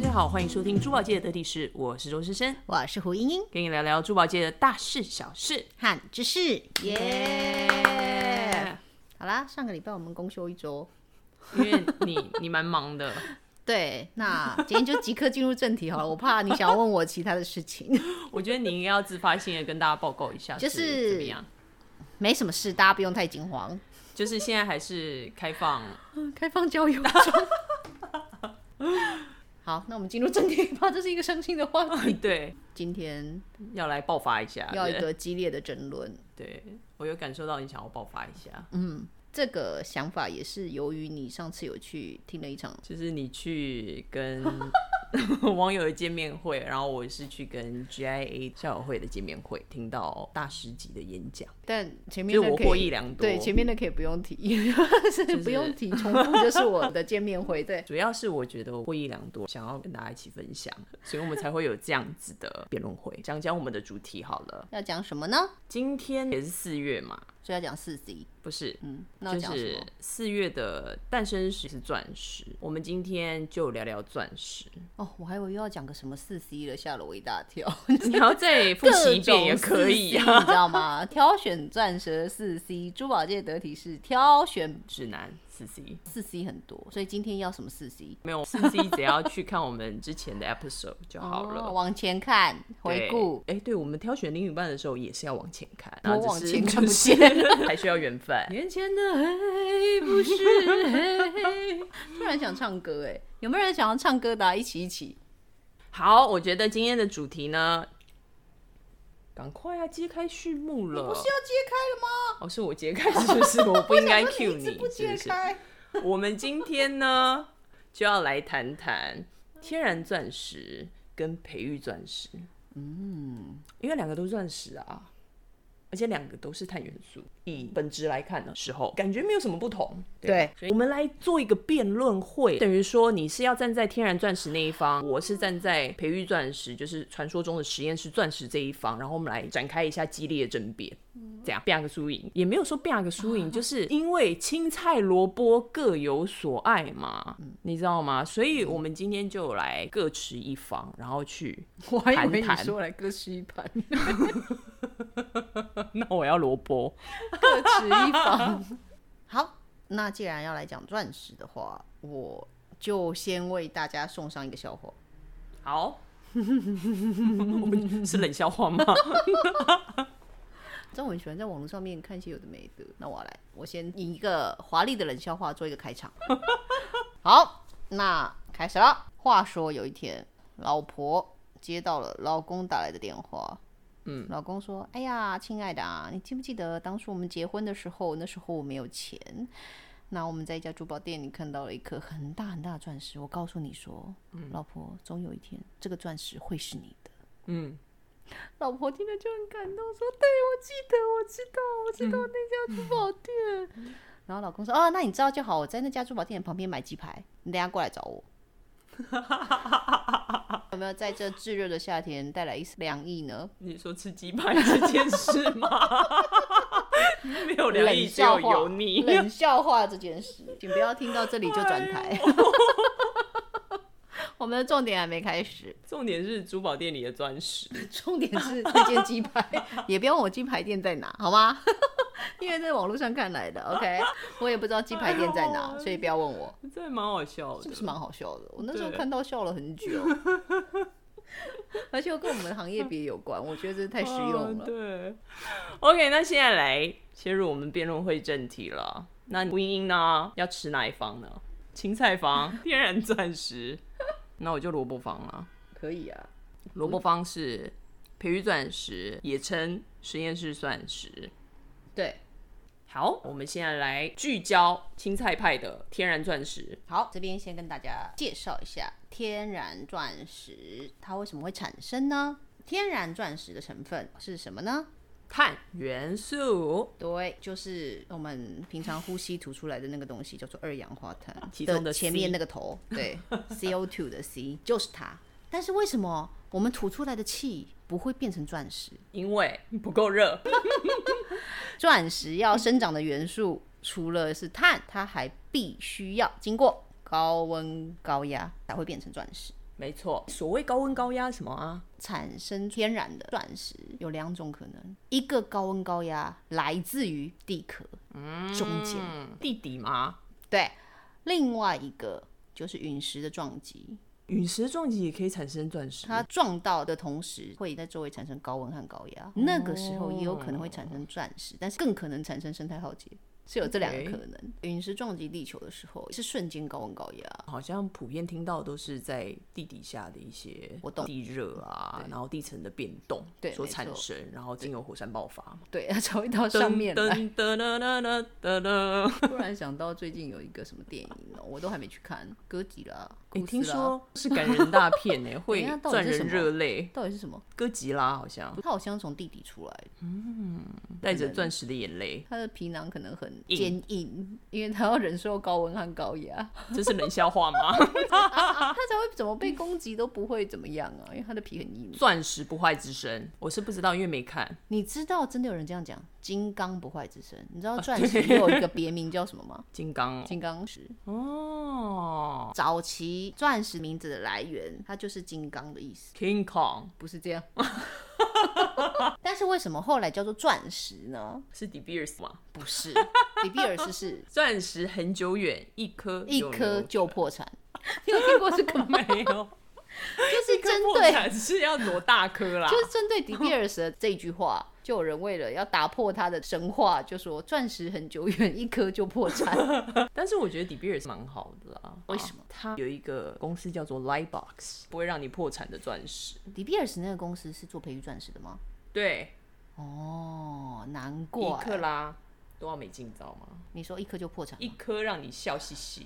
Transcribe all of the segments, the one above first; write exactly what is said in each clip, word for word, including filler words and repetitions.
家好，欢迎收听珠宝界的得体事，我是周诗生， 我是胡英英， 跟你聊聊珠宝界的大事小事和知识，耶、yeah! 好啦，上个礼拜我们公休一周， 因为你你蛮忙的。 对，那今天就即刻进入正题好了，我怕你想要问我其他的事情。 我觉得你应该要自发性的跟大家报告一下，就是怎么样？ 没什么事，大家不用太惊慌。 就是现在还是开放， 开放交友中。好，那我们进入正题吧，这是一个伤心的话题。 对， 今天要来爆发一下， 要一个激烈的争论。 对，我有感受到你想要爆发一下。 嗯，这个想法也是由于你上次有去听了一场， 就是你去跟网友的见面会，然后我是去跟 G I A 校友会的见面会，听到大师级的演讲， 但前面就是我获益良多。 对，前面的可以不用提，就是不用提，重复就是我的见面会。对， 主要是我觉得我获益良多，想要跟大家一起分享，所以我们才会有这样子的辩论会。讲讲我们的主题好了， 要讲什么呢？ 今天也是四月嘛， 所以要讲四 C。 不是， 嗯，那要讲什么？ 就是四月的诞生石是钻石，我们今天就聊聊钻石。 哦，我还以为又要讲个什么四 C 了，吓了我一大跳。 你要再复习一遍也可以啊， 你知道吗？挑选钻石的四 C， 珠宝界得体是挑选指南四 C， 四 C 很多，所以今天要什么四 C？ 没有四 C， 只要去看我们之前的 episode 就好了。 哦、往前看，回顾。 哎，对，我们挑选另一半的时候也是要往前看， 我往前看不见，还需要缘分。眼前的黑不是黑。 突然想唱歌，哎，有没有人想要唱歌的、啊？一起一起。 好，我觉得今天的主题呢，赶快啊，揭开序幕了。 你不是要揭开了吗？ 哦，是我揭开，是不是？我不应该 cue 你， 你不揭开。 是不是？我们今天呢，就要来谈谈天然钻石跟培育钻石。嗯，因为两个都是钻石啊。而且两个都是碳元素，以本质来看的时候，感觉没有什么不同。对， 对， 所以我们来做一个辩论会，等于说你是要站在天然钻石那一方，我是站在培育钻石，就是传说中的实验室钻石这一方，然后我们来展开一下激烈的争辩。这样变个输赢，也没有说变个输赢，就是因为青菜萝卜各有所爱嘛，嗯、你知道吗？所以我们今天就来各持一方，然后去谈谈。 我还以为你说来各吃一盘。 那我要萝卜， 各持一方。好，那既然要来讲钻石的话，我就先为大家送上一个笑话。 好，是冷笑话吗？ 这我很喜欢在网络上面看一些有的没的。那我要来，我先以一个华丽的冷笑话做一个开场。好，那开始了。话说有一天，老婆接到了老公打来的电话。嗯，老公说：“哎呀，亲爱的啊，你记不记得当初我们结婚的时候，那时候我没有钱，那我们在一家珠宝店里看到了一颗很大很大的钻石。我告诉你说，嗯、老婆，总有一天这个钻石会是你的。”嗯。老婆听了就很感动，说：“对，我记得，我知道，我知道那家珠宝店。嗯”然后老公说：“哦，那你知道就好，我在那家珠宝店旁边买鸡排，你等一下过来找我。”有没有在这炙热的夏天带来一丝凉意呢？ 你说吃鸡排这件事吗？没有凉意，只有油腻。 冷笑话这件事，请不要听到这里就转台。哎我们的重点还没开始， 重点是珠宝店里的钻石， 重点是那间鸡排，也不要问我鸡排店在哪，好吗？因为在网络上看来的 ，OK， 我也不知道鸡排店在哪，所以不要问我。 真的蛮好笑的， 是不是蛮好笑的？我那时候看到笑了很久，而且又跟我们的行业别有关，我觉得这太实用了。 哦、对 ，OK， 那现在来切入我们辩论会正题了。那胡英英呢，要吃哪一方呢？青菜方，天然钻石。那我就萝卜方了。 可以啊， 萝卜方是培育钻石，也称实验室钻石。 对， 好，我们现在来聚焦青菜派的天然钻石。 好，这边先跟大家介绍一下天然钻石它为什么会产生呢？天然钻石的成分是什么呢？ 碳元素。 对，就是我们平常呼吸吐出来的那个东西，叫做二氧化碳其中的 C 前面那个头，对，C O 二 的 C 就是它。但是为什么我们吐出来的气不会变成钻石？ 因为不够热。 钻石要生长的元素除了是碳，它还必须要经过高温高压才会变成钻石。 没错。所谓高温高压什么啊？ 产生天然的钻石有两种可能，一个高温高压来自于地壳中间、 嗯、地底吗？ 对，另外一个就是陨石的撞击。 陨石的撞击也可以产生钻石， 它撞到的同时会在周围产生高温和高压、哦、那个时候也有可能会产生钻石，但是更可能产生生态浩劫，是有这两个可能。Okay. 陨石撞击地球的时候是瞬间高温高压， 好像普遍听到都是在地底下的一些地热啊，然后地层的变动所产生，然后经由火山爆发， 对，它才会到上面来。突然想到最近有一个什么电影哦，我都还没去看，哥吉拉。 你、欸、听说是感人大片哎，会赚人热泪。 到底是什么？ 哥吉拉好像， 它好像从地底出来的， 嗯，带着钻石的眼泪。 它的皮囊可能很坚硬，因为它要忍受高温和高压。 这是冷笑话吗？ 它才会怎么被攻击都不会怎么样啊，因为它的皮很硬。 钻石不坏之身，我是不知道，因为没看。 你知道真的有人这样讲？金刚不坏之身，你知道钻石也有一个别名叫什么吗？ 金刚、哦， 金刚石。 哦， 早期钻石名字的来源，它就是金刚的意思。 King Kong 不是这样。但是为什么后来叫做钻石呢？ 是 De Beers 吗？ 不是，De Beers 是钻石很久远，一颗一颗就破产。你有听过这个没有？ 就是针对是要多大颗啦？ 就是针对 De Beers 的这句话，就有人为了要打破他的神话，就说钻石很久远，一颗就破产。 但是我觉得 De Beers 蛮好的啦。 为什么？ 他有一个公司叫做 Lightbox， 不会让你破产的钻石。 De Beers 那个公司是做培育钻石的吗？ 对。 哦，难怪。 一克拉多少美金，你知道吗？ 你说一颗就破产？ 一颗让你笑嘻嘻。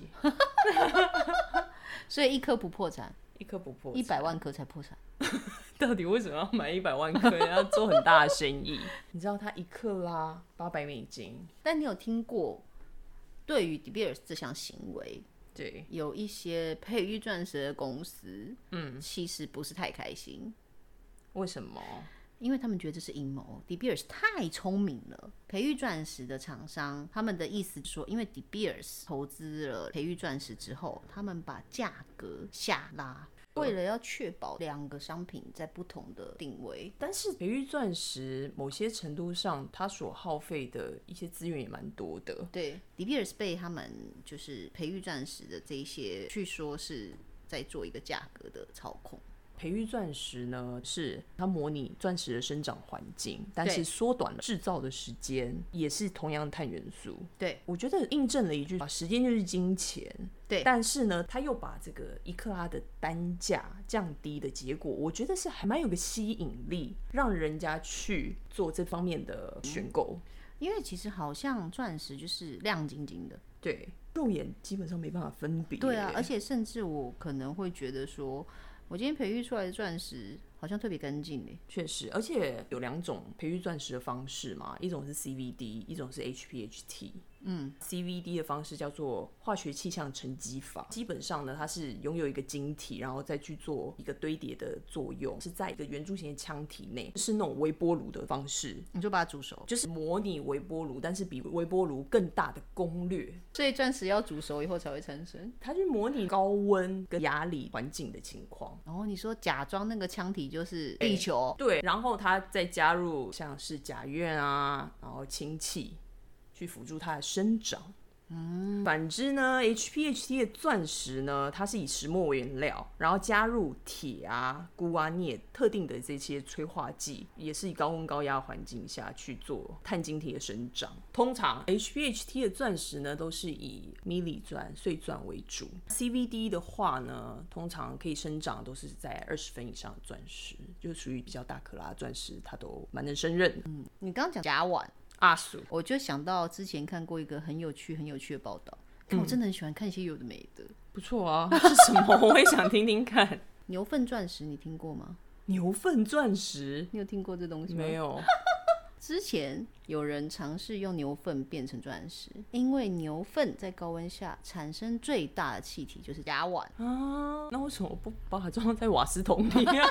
所以一颗不破产。 一颗不破产， 一百万颗才破产。 到底为什么要买一百万颗？要做很大的生意？你知道它一克拉八百美金。 但你有听过，对于 De Beers 这项行为， 对， 有一些培育钻石的公司， 嗯， 其实不是太开心。 为什么？ 因为他们觉得这是阴谋。De Beers 太聪明了，培育钻石的厂商他们的意思是说，因为 De Beers 投资了培育钻石之后，他们把价格下拉，为了要确保两个商品在不同的定位。 但是培育钻石某些程度上，它所耗费的一些资源也蛮多的。 对 ，De Beers 被他们就是培育钻石的这一些，据说是在做一个价格的操控。 培育钻石呢，是它模拟钻石的生长环境，但是缩短了制造的时间，也是同样的碳元素。 对， 我觉得印证了一句：时间就是金钱。 对， 但是呢，他又把这个一克拉的单价降低的结果，我觉得是还蛮有个吸引力，让人家去做这方面的选购。 嗯，因为其实好像钻石就是亮晶晶的， 对，肉眼基本上没办法分别。 对啊，而且甚至我可能会觉得说，我今天培育出来的钻石好像特别干净耶。 确实，而且有两种培育钻石的方式嘛，一种是 C V D， 一种是 H P H T。嗯 ，C V D 的方式叫做化学气象沉积法，基本上呢，它是拥有一个晶体，然后再去做一个堆叠的作用，是在一个圆柱形的腔体内，是那种微波炉的方式， 你就把它煮熟， 就是模拟微波炉，但是比微波炉更大的功率， 所以钻石要煮熟以后才会产生。 它去模拟高温跟压力环境的情况。 然后你说假装那个腔体就是地球， 对，然后它再加入像是甲烷啊，然后氢气。去辅助它的生长。嗯，反之呢 ，H P H T 的钻石呢，它是以石墨为原料，然后加入铁啊、钴啊、镍特定的这些催化剂，也是以高温高压环境下去做碳晶体的生长。通常 H P H T 的钻石呢，都是以米里钻、碎钻为主。C V D 的话呢，通常可以生长都是在二十分以上的钻石，就是属于比较大克拉的钻石，它都蛮能胜任的。 嗯，你刚刚讲甲烷。 阿鼠， 我就想到之前看过一个很有趣、很有趣的报道。看，我真的很喜欢看一些有的没的。 不错啊，是什么？我也想听听看。 牛粪钻石，你听过吗？ 牛粪钻石， 你有听过这东西吗？ 没有。 之前有人尝试用牛粪变成钻石，因为牛粪在高温下产生最大的气体就是甲烷啊。那为什么不把它装在瓦斯桶里啊？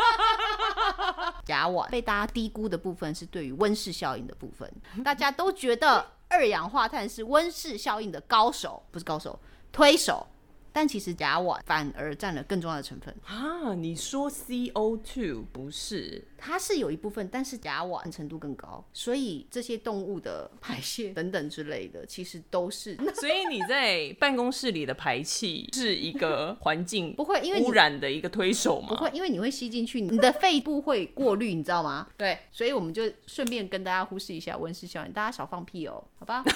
甲烷被大家低估的部分是对于温室效应的部分，大家都觉得二氧化碳是温室效应的高手，不是高手，推手。 但其实甲烷反而占了更重要的成分啊。你说 C O 二 不是？ 它是有一部分，但是甲烷程度更高，所以这些动物的排泄等等之类的，其实都是。 所以你在办公室里的排气是一个环境不会因为污染的一个推手吗？ 不会，因为你会吸进去，你的肺部会过滤，你知道吗？对，所以我们就顺便跟大家忽视一下温室效应，大家少放屁哦，好吧？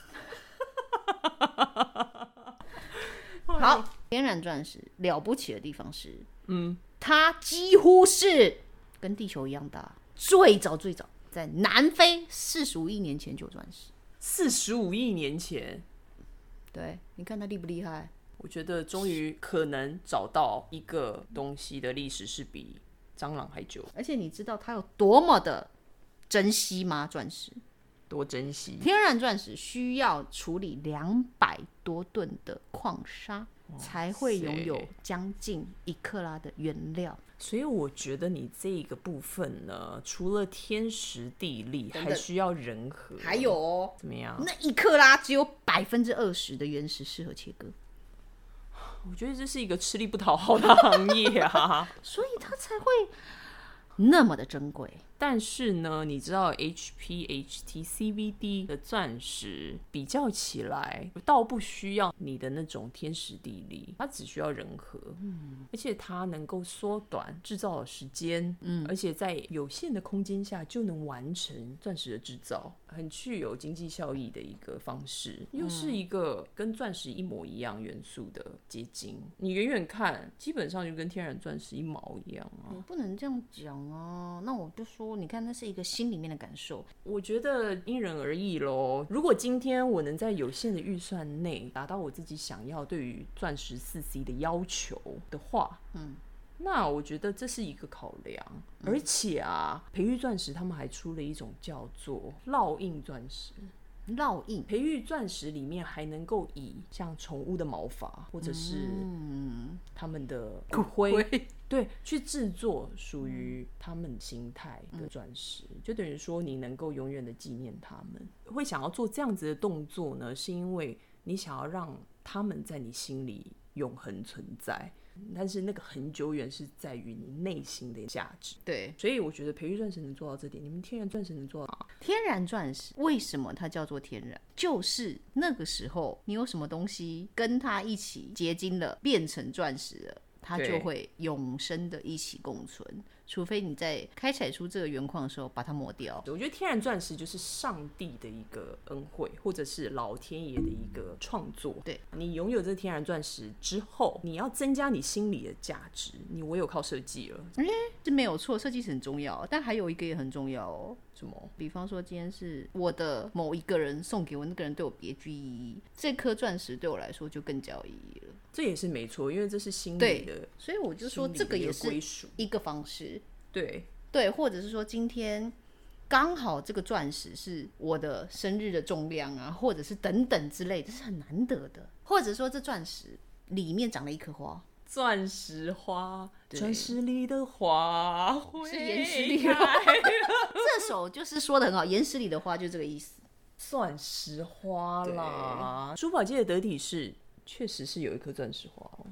好，天然钻石了不起的地方是，嗯，它几乎是跟地球一样大，最早最早在南非四十五亿年前就有钻石。 四十五亿年前， 对，你看它厉不厉害？ 我觉得终于可能找到一个东西的历史是比蟑螂还久。 而且你知道它有多么的珍惜吗？钻石多珍惜！ 天然钻石需要处理两百多吨的矿砂，才会拥有将近一克拉的原料。 所以我觉得你这个部分呢，除了天时地利，还需要人和。 还有哦， 怎么样？ 那一克拉只有百分之二十的原石适合切割。 我觉得这是一个吃力不讨好的行业啊， 所以它才会那么的珍贵。 但是呢，你知道 H P H T C V D 的钻石比较起来，倒不需要你的那种天时地利，它只需要人和，嗯，而且它能够缩短制造的时间，嗯，而且在有限的空间下就能完成钻石的制造，很具有经济效益的一个方式，又是一个跟钻石一模一样元素的结晶。你远远看，基本上就跟天然钻石一毛一样啊。 你不能这样讲啊！那我就说，你看，那是一个心里面的感受。 我觉得因人而异咯。如果今天我能在有限的预算内达到我自己想要对于钻石四 C 的要求的话，嗯，那我觉得这是一个考量。嗯、而且啊，培育钻石他们还出了一种叫做烙印钻石。 烙印培育钻石里面还能够以像宠物的毛发或者是他们的骨灰、嗯、对，去制作属于他们形态的钻石、嗯、就等于说你能够永远的纪念他们。会想要做这样子的动作呢，是因为你想要让他们在你心里永恒存在，但是那个很久远是在于你内心的价值。 对， 所以我觉得培育钻石能做到这点，你们天然钻石能做到吗？ 天然钻石为什么它叫做天然？就是那个时候你有什么东西跟它一起结晶了，变成钻石了，它就会永生的一起共存，除非你在开采出这个原矿的时候把它磨掉。 我觉得天然钻石就是上帝的一个恩惠，或者是老天爷的一个创作。 对， 你拥有这天然钻石之后，你要增加你心里的价值，你唯有靠设计了。 哎、欸，这没有错，设计是很重要，但还有一个也很重要哦。 什么？ 比方说今天是我的某一个人送给我，那个人对我别具意义，这颗钻石对我来说就更加有意义了。 这也是没错，因为这是心理的， 所以我就说这个也是一个方式。 对对，或者是说今天刚好这个钻石是我的生日的重量啊，或者是等等之类的，这是很难得的。或者说这钻石里面长了一颗花， 钻石花，钻石里的花是岩石里的花。这首就是说的很好，岩石里的花就这个意思。 钻石花啦，珠宝界的得体是确实是有一颗钻石花哦。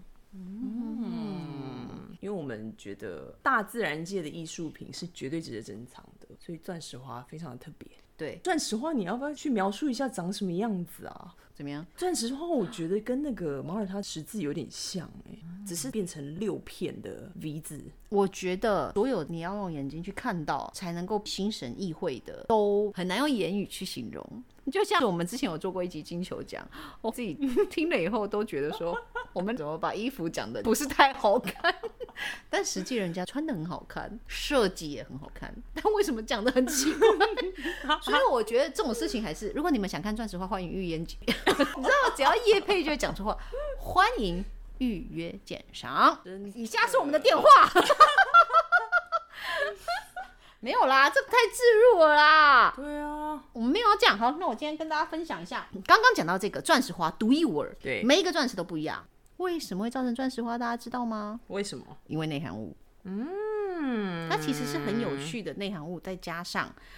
嗯，因为我们觉得大自然界的艺术品是绝对值得珍藏的，所以钻石花非常的特别。 对， 钻石花你要不要去描述一下长什么样子啊？ 怎么样？ 钻石花我觉得跟那个马耳他十字有点像哎、欸嗯，只是变成六片的 V 字。 我觉得所有你要用眼睛去看到才能够心神意会的，都很难用言语去形容。就像我们之前有做过一集金球奖，我自己听了以后都觉得说，我们怎么把衣服讲的不是太好看，但实际人家穿的很好看，设计也很好看，但为什么讲的很奇怪？所以我觉得这种事情还是，如果你们想看钻石花，欢迎预约。你知道，只要业配就会讲出话，欢迎预约鉴赏。以下是我们的电话。没有啦，这太置入了啦。 对啊， 我们没有要讲。好，那我今天跟大家分享一下，刚刚讲到这个钻石花独一无二， 对， 每一个钻石都不一样。为什么会造成钻石花？大家知道吗？ 为什么？ 因为内含物。嗯，它其实是很有趣的内含物，再加上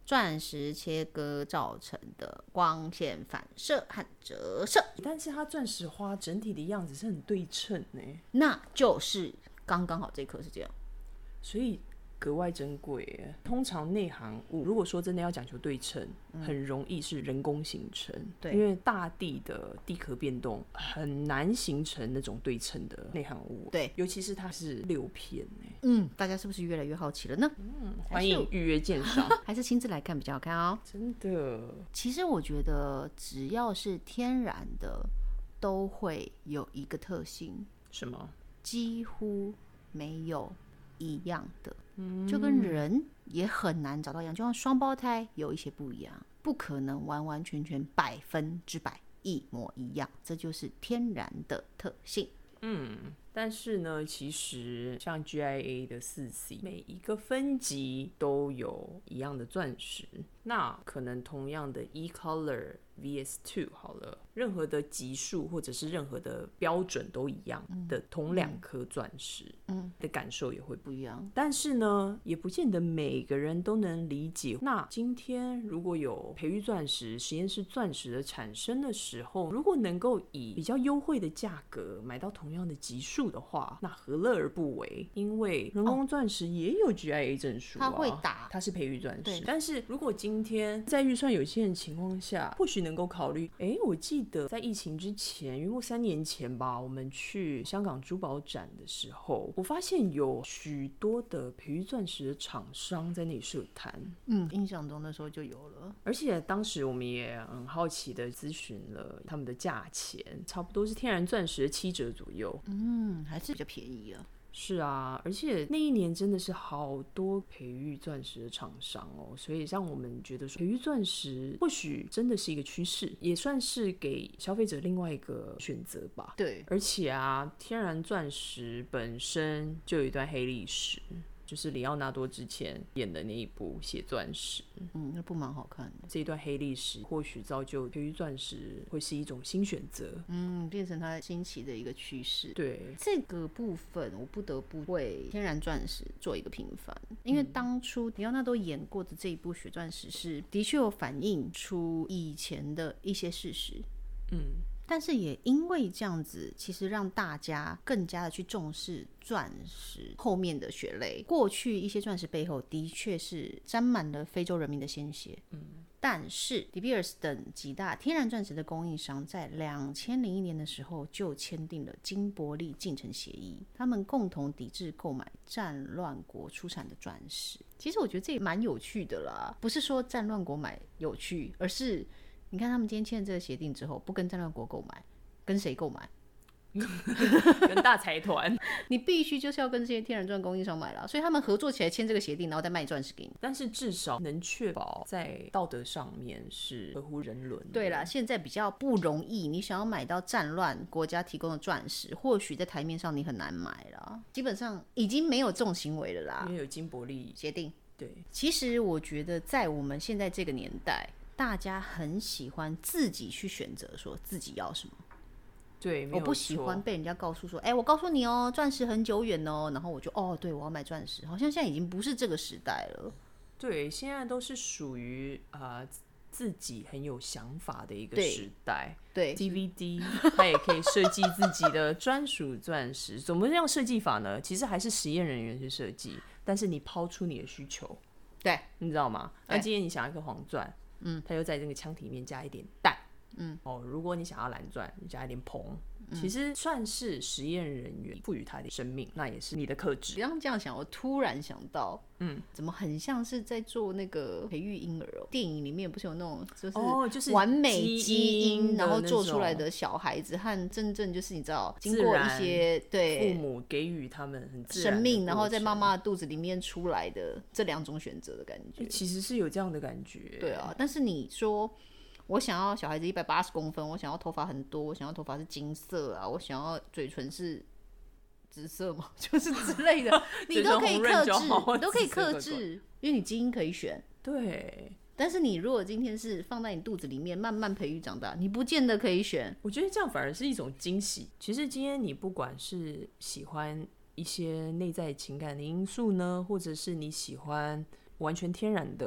钻石切割造成的光线反射和折射， 但是它钻石花整体的样子是很对称呢， 那就是刚刚好这颗是这样， 所以格外珍贵耶。通常内含物如果说真的要讲求对称、嗯、很容易是人工形成，对，因为大地的地壳变动很难形成那种对称的内含物， 对， 尤其是它是六片耶。 嗯，大家是不是越来越好奇了呢？ 嗯，欢迎预约鉴赏还是亲自来看比较好看哦。 真的， 其实我觉得只要是天然的都会有一个特性， 什么？ 几乎没有一样的，嗯，就跟人也很难找到一样，就像双胞胎有一些不一样，不可能完完全全百分之百一模一样，这就是天然的特性。 嗯，但是呢，其实像 G I A 的四 C 每一个分级都有一样的钻石，那可能同样的 E-Color V S 二 好了，任何的级数或者是任何的标准都一样的同两颗钻石，嗯，的感受也会不一样。但是呢，也不见得每个人都能理解。那今天如果有培育钻石、实验室钻石的产生的时候，如果能够以比较优惠的价格买到同样的级数的话，那何乐而不为？因为人工钻石也有 G I A 证书、啊，它会打， 它是培育钻石。但是如果今天在预算有限的情况下，或许能够考虑，哎，我记得在疫情之前，约莫三年前吧，我们去香港珠宝展的时候，我发现有许多的培育钻石的厂商在那里设摊。 嗯，印象中那时候就有了， 而且当时我们也很好奇的咨询了他们的价钱，差不多是天然钻石的七折左右。 嗯，还是比较便宜啊。 是啊，而且那一年真的是好多培育钻石的厂商哦，所以让我们觉得说培育钻石或许真的是一个趋势，也算是给消费者另外一个选择吧。 对， 而且啊，天然钻石本身就有一段黑历史，就是里奥纳多之前演的那一部《血钻石》， 嗯，那部蛮好看的。 这一段黑历史或许造就培育钻石会是一种新选择， 嗯，变成它新奇的一个趋势。 对， 这个部分我不得不为天然钻石做一个平反，因为当初里奥纳多演过的这一部《血钻石》是的确有反映出以前的一些事实，嗯。但是也因为这样子，其实让大家更加的去重视钻石后面的血泪。过去一些钻石背后的确是沾满了非洲人民的鲜血，嗯，但是 De Beers 等几大天然钻石的供应商在两千零一年的时候就签订了金伯利进程协议，他们共同抵制购买战乱国出产的钻石。其实我觉得这也蛮有趣的啦，不是说战乱国买有趣，而是你看他们今天签了这个协定之后，不跟战乱国购买，跟谁购买？ 跟大财团。 你必须就是要跟这些天然钻供应商买啦，所以他们合作起来签这个协定，然后再卖钻石给你。 但是至少能确保在道德上面是合乎人伦的。 对啦，现在比较不容易，你想要买到战乱国家提供的钻石，或许在台面上你很难买啦，基本上已经没有这种行为了啦， 因为有金伯利协定。 对， 其实我觉得在我们现在这个年代，大家很喜欢自己去选择说自己要什么。 对， 我不喜欢被人家告诉说，哎、欸，我告诉你哦，钻石很久远哦，然后我就哦，对，我要买钻石，好像现在已经不是这个时代了。 对，现在都是属于呃自己很有想法的一个时代。 对 ，D V D 它也可以设计自己的专属钻石。怎么样设计法呢？其实还是实验人员去设计，但是你抛出你的需求， 对， 你知道吗？那今天你想要一颗黄钻，嗯，它又在这个枪体里面加一点氮。嗯，哦，如果你想要蓝钻，你加一点硼，嗯，其实算是实验人员赋予它的生命，那也是你的克制。 你刚刚这样想，我突然想到，嗯，怎么很像是在做那个培育婴儿哦？电影里面不是有那种就是哦，就是完美基因，然后做出来的小孩子，和真正就是你知道经过一些对父母给予他们很自然生命，然后在妈妈的肚子里面出来的这两种选择的感觉， 其实是有这样的感觉。 对啊，但是你说，我想要小孩子一百八十公分，我想要头发很多，我想要头发是金色啊，我想要嘴唇是紫色嘛，就是之类的，你都可以克制，你都可以克制，因为你基因可以选。 对， 但是你如果今天是放在你肚子里面慢慢培育长大，你不见得可以选。 我觉得这样反而是一种惊喜。其实今天你不管是喜欢一些内在情感的因素呢，或者是你喜欢完全天然的，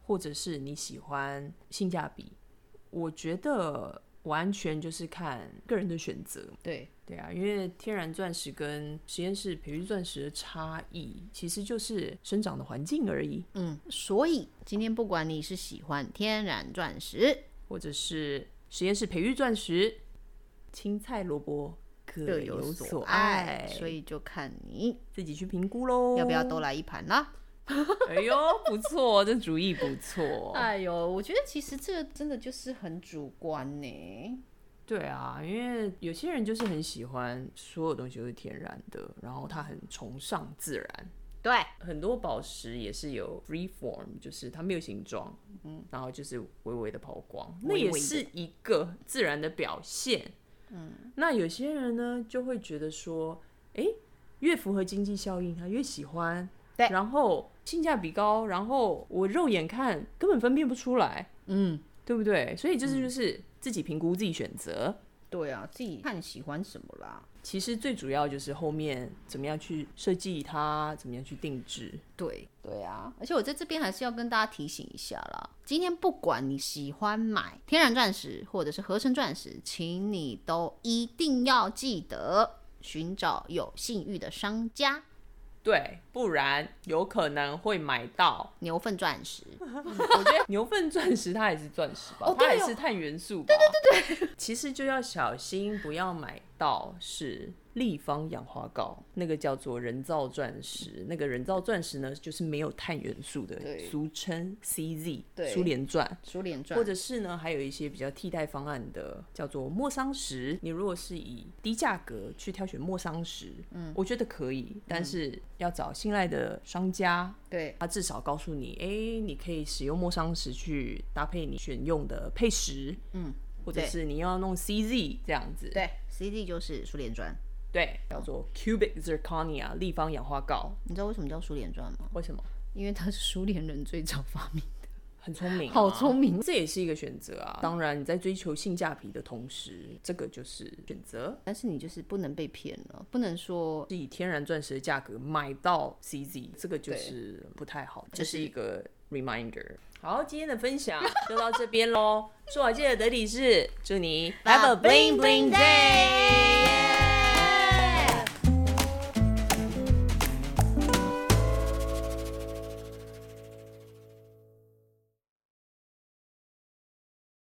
或者是你喜欢性价比，我觉得完全就是看个人的选择。 对对啊，因为天然钻石跟实验室培育钻石的差异，其实就是生长的环境而已。 嗯，所以今天不管你是喜欢天然钻石， 或者是实验室培育钻石，青菜萝卜各有所爱， 所以就看你自己去评估咯， 要不要都来一盘啦。 哎呦，不错，这主意不错。 哎呦，我觉得其实这个真的就是很主观呢。 对啊，因为有些人就是很喜欢所有东西都是天然的，然后他很崇尚自然。 对， 很多宝石也是有 free form， 就是它没有形状，嗯，然后就是微微的抛光，那也是一个自然的表现。嗯，那有些人呢就会觉得说，哎，越符合经济效应，他越喜欢。对，然后性价比高，然后我肉眼看根本分辨不出来，嗯，对不对？所以这就是自己评估自己选择。 对啊，自己看喜欢什么啦。 其实最主要就是后面怎么样去设计它，怎么样去定制。 对对啊，而且我在这边还是要跟大家提醒一下啦，今天不管你喜欢买天然钻石或者是合成钻石，请你都一定要记得寻找有信誉的商家。 对，不然有可能会买到牛粪钻石。 我觉得牛粪钻石它也是钻石吧， 哦、 它也是碳元素吧。 对对对对， 其实就要小心，不要买到是立方氧化锆，那个叫做人造钻石。那个人造钻石呢，就是没有碳元素的，俗称 C Z 苏联钻。 苏联钻， 或者是呢，还有一些比较替代方案的，叫做莫桑石。你如果是以低价格去挑选莫桑石，嗯，我觉得可以，但是要找信赖的商家， 对， 他至少告诉你，哎、欸，你可以使用莫桑石去搭配你选用的配石，嗯，或者是你要弄 C Z 这样子， 对 ，C Z 就是苏联钻。 对，叫做 cubic zirconia 立方氧化锆。 你知道为什么叫苏联钻吗？ 为什么？ 因为它是苏联人最早发明的。 很聪明、啊， 好聪明， 这也是一个选择啊。当然，你在追求性价比的同时，这个就是选择。 但是你就是不能被骗了，不能说是以天然钻石的价格买到 C Z， 这个就是不太好。这是一个 reminder。好，今天的分享就到这边喽。说好记得得体是，祝你 have a bling bling day。